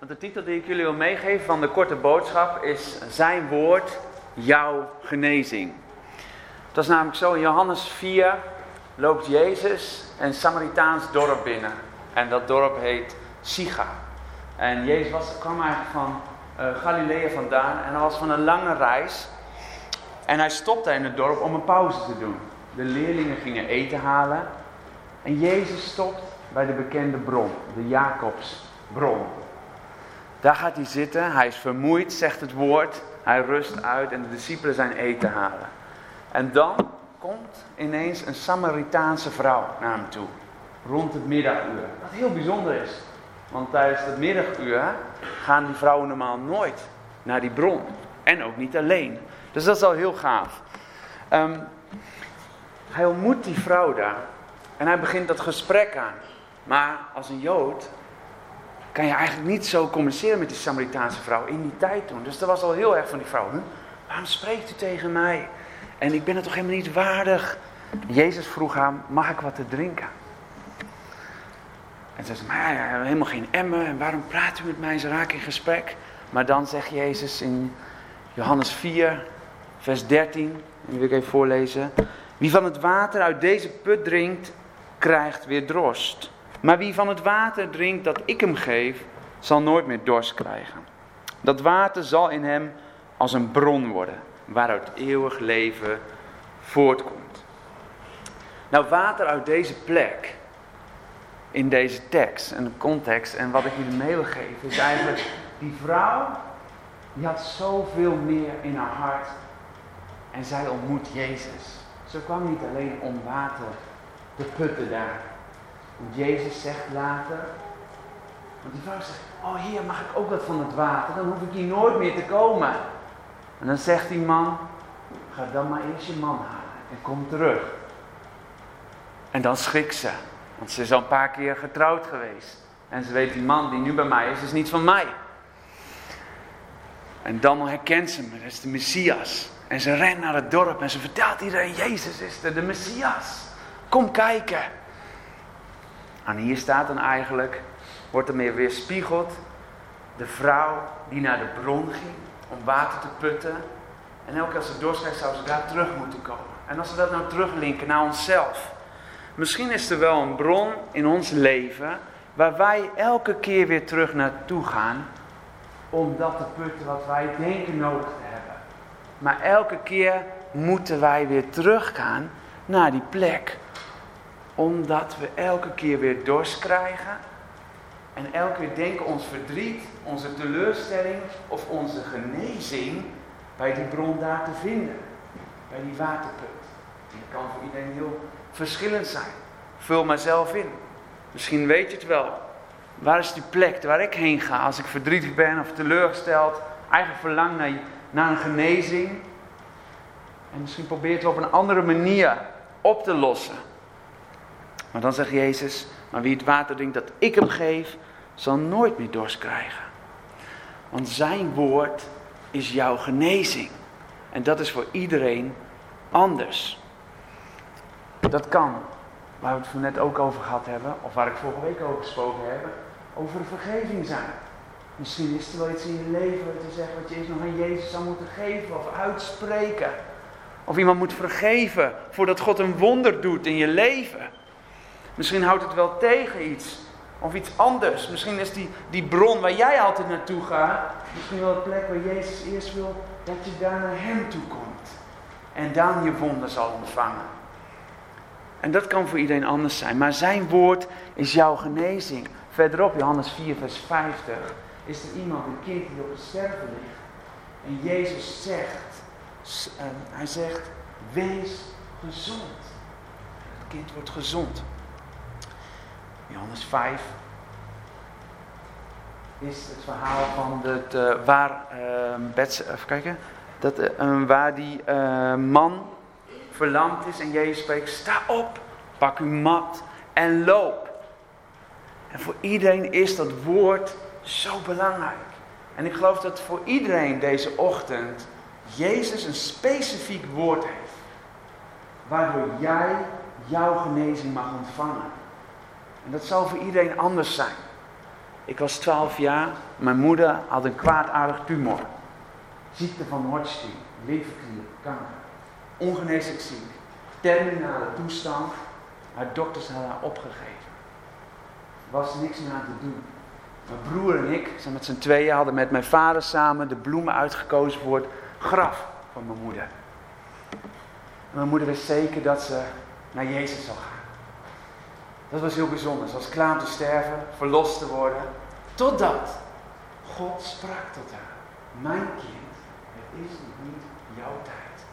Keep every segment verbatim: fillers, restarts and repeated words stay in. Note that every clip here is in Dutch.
De titel die ik jullie wil meegeven van de korte boodschap is Zijn woord, jouw genezing. Dat is namelijk zo, in Johannes vier loopt Jezus een Samaritaans dorp binnen. En dat dorp heet Sychar. En Jezus was, kwam eigenlijk van uh, Galilea vandaan en hij was van een lange reis. En hij stopte in het dorp om een pauze te doen. De leerlingen gingen eten halen. En Jezus stopt bij de bekende bron, de Jacobsbron. Daar gaat hij zitten, hij is vermoeid, zegt het woord, hij rust uit en de discipelen zijn eten halen. En dan komt ineens een Samaritaanse vrouw naar hem toe, rond het middaguur. Wat heel bijzonder is, want tijdens het middaguur gaan die vrouwen normaal nooit naar die bron. En ook niet alleen. Dus dat is al heel gaaf. Um, hij ontmoet die vrouw daar en hij begint dat gesprek aan. Maar als een Jood kan je eigenlijk niet zo communiceren met die Samaritaanse vrouw in die tijd toen. Dus dat was al heel erg van die vrouw. Hm? Waarom spreekt u tegen mij? En ik ben het toch helemaal niet waardig? Jezus vroeg haar, mag ik wat te drinken? En ze zei, maar ja, we hebben helemaal geen emmer. En waarom praat u met mij? Ze raken in gesprek. Maar dan zegt Jezus in Johannes vier, vers dertien. Die wil ik even voorlezen. Wie van het water uit deze put drinkt, krijgt weer dorst. Maar wie van het water drinkt dat ik hem geef, zal nooit meer dorst krijgen. Dat water zal in hem als een bron worden, waaruit eeuwig leven voortkomt. Nou, water uit deze plek, in deze tekst en de context en wat ik jullie mee wil geven, is eigenlijk, die vrouw, die had zoveel meer in haar hart en zij ontmoet Jezus. Ze kwam niet alleen om water te putten daar. Want Jezus zegt later, want die vrouw zegt, oh Heer, mag ik ook wat van het water? Dan hoef ik hier nooit meer te komen. En dan zegt die man, ga dan maar eerst je man halen en kom terug. En dan schrikt ze, want ze is al een paar keer getrouwd geweest. En ze weet, die man die nu bij mij is, is niet van mij. En dan herkent ze me, dat is de Messias. En ze rent naar het dorp en ze vertelt iedereen, Jezus is er, de Messias. Kom kijken. En hier staat dan eigenlijk, wordt er meer weerspiegeld, de vrouw die naar de bron ging om water te putten. En elke keer als ze dorst krijgt, zou ze daar terug moeten komen. En als we dat nou teruglinken naar onszelf. Misschien is er wel een bron in ons leven waar wij elke keer weer terug naartoe gaan om dat te putten wat wij denken nodig te hebben. Maar elke keer moeten wij weer teruggaan naar die plek. Omdat we elke keer weer dorst krijgen. En elke keer denken ons verdriet, onze teleurstelling of onze genezing bij die bron daar te vinden. Bij die waterput. Die kan voor iedereen heel verschillend zijn. Vul mijzelf in. Misschien weet je het wel. Waar is die plek waar ik heen ga als ik verdrietig ben of teleurgesteld. Eigenlijk verlang naar, naar een genezing. En misschien probeert het op een andere manier op te lossen. Maar dan zegt Jezus, maar wie het water drinkt dat ik hem geef, zal nooit meer dorst krijgen. Want zijn woord is jouw genezing. En dat is voor iedereen anders. Dat kan, waar we het net ook over gehad hebben, of waar ik vorige week over gesproken heb, over de vergeving zijn. Misschien is er wel iets in je leven wat je zegt, wat je eerst nog aan Jezus zou moeten geven of uitspreken. Of iemand moet vergeven voordat God een wonder doet in je leven. Misschien houdt het wel tegen iets. Of iets anders. Misschien is die, die bron waar jij altijd naartoe gaat. Misschien wel een plek waar Jezus eerst wil dat je daar naar hem toe komt. En dan je wonder zal ontvangen. En dat kan voor iedereen anders zijn. Maar zijn woord is jouw genezing. Verderop, Johannes vier vers vijftig. Is er iemand, een kind die op het sterven ligt. En Jezus zegt. Uh, hij zegt. Wees gezond. Het kind wordt gezond. Johannes vijf is het verhaal van het, uh, waar, uh, Bets, even kijken, dat, uh, waar die uh, man verlamd is en Jezus spreekt, sta op, pak uw mat en loop. En voor iedereen is dat woord zo belangrijk. En ik geloof dat voor iedereen deze ochtend Jezus een specifiek woord heeft, waardoor jij jouw genezing mag ontvangen. En dat zal voor iedereen anders zijn. Ik was twaalf jaar. Mijn moeder had een kwaadaardig tumor. Ziekte van Hodgkin, leverklier, kanker. Ongeneeslijk ziek. Terminale toestand. Haar dokters hadden haar opgegeven. Er was niks meer aan te doen. Mijn broer en ik, zijn met z'n tweeën, hadden met mijn vader samen de bloemen uitgekozen voor het graf van mijn moeder. En mijn moeder wist zeker dat ze naar Jezus zou gaan. Dat was heel bijzonder. Ze was klaar om te sterven, verlost te worden. Totdat God sprak tot haar. Mijn kind, het is nog niet jouw tijd.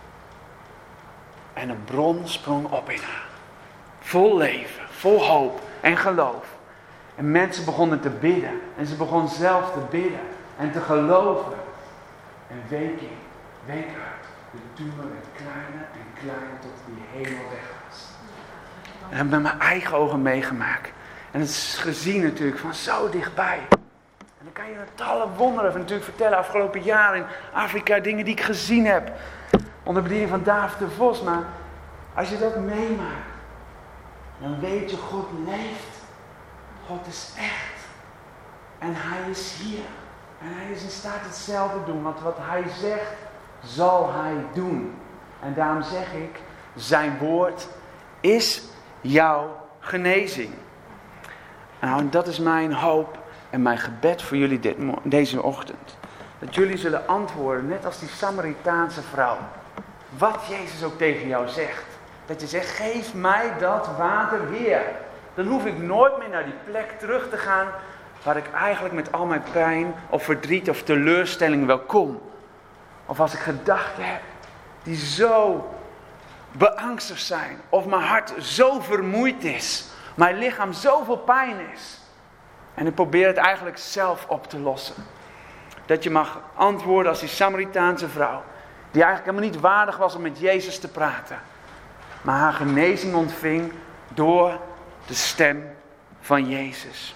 En een bron sprong op in haar. Vol leven, vol hoop en geloof. En mensen begonnen te bidden. En ze begon zelf te bidden. En te geloven. En week in, week uit. De tumor werd kleiner en kleiner tot die helemaal weg was. En dat heb ik met mijn eigen ogen meegemaakt. En het is gezien natuurlijk van zo dichtbij. En dan kan je tallen wonderen natuurlijk vertellen. Afgelopen jaar in Afrika dingen die ik gezien heb. Onder bediening van David de Vos. Maar als je dat meemaakt. Dan weet je, God leeft. God is echt. En hij is hier. En hij is in staat hetzelfde te doen. Want wat hij zegt, zal hij doen. En daarom zeg ik, zijn woord is jouw genezing. Nou, en dat is mijn hoop en mijn gebed voor jullie dit, deze ochtend. Dat jullie zullen antwoorden, net als die Samaritaanse vrouw. Wat Jezus ook tegen jou zegt. Dat je zegt, geef mij dat water weer. Dan hoef ik nooit meer naar die plek terug te gaan waar ik eigenlijk met al mijn pijn of verdriet of teleurstelling wel kom. Of als ik gedachten heb die zo beangstigd zijn. Of mijn hart zo vermoeid is. Mijn lichaam zoveel pijn is. En ik probeer het eigenlijk zelf op te lossen. Dat je mag antwoorden als die Samaritaanse vrouw. Die eigenlijk helemaal niet waardig was om met Jezus te praten. Maar haar genezing ontving door de stem van Jezus.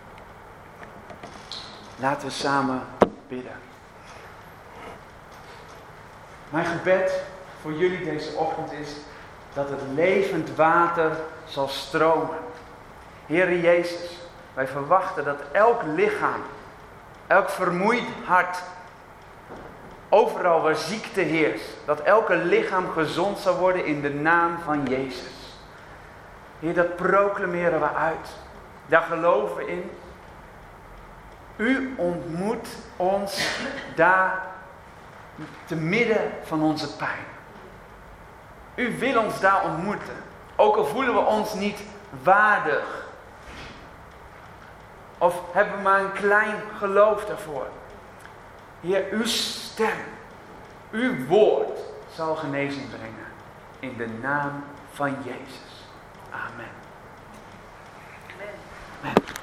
Laten we samen bidden. Mijn gebed voor jullie deze ochtend is dat het levend water zal stromen. Heere Jezus, wij verwachten dat elk lichaam, elk vermoeid hart, overal waar ziekte heerst, dat elke lichaam gezond zal worden in de naam van Jezus. Heer, dat proclameren we uit. Daar geloven we in. U ontmoet ons daar te midden van onze pijn. U wil ons daar ontmoeten. Ook al voelen we ons niet waardig. Of hebben we maar een klein geloof daarvoor. Heer, uw stem, uw woord zal genezing brengen. In de naam van Jezus. Amen. Amen.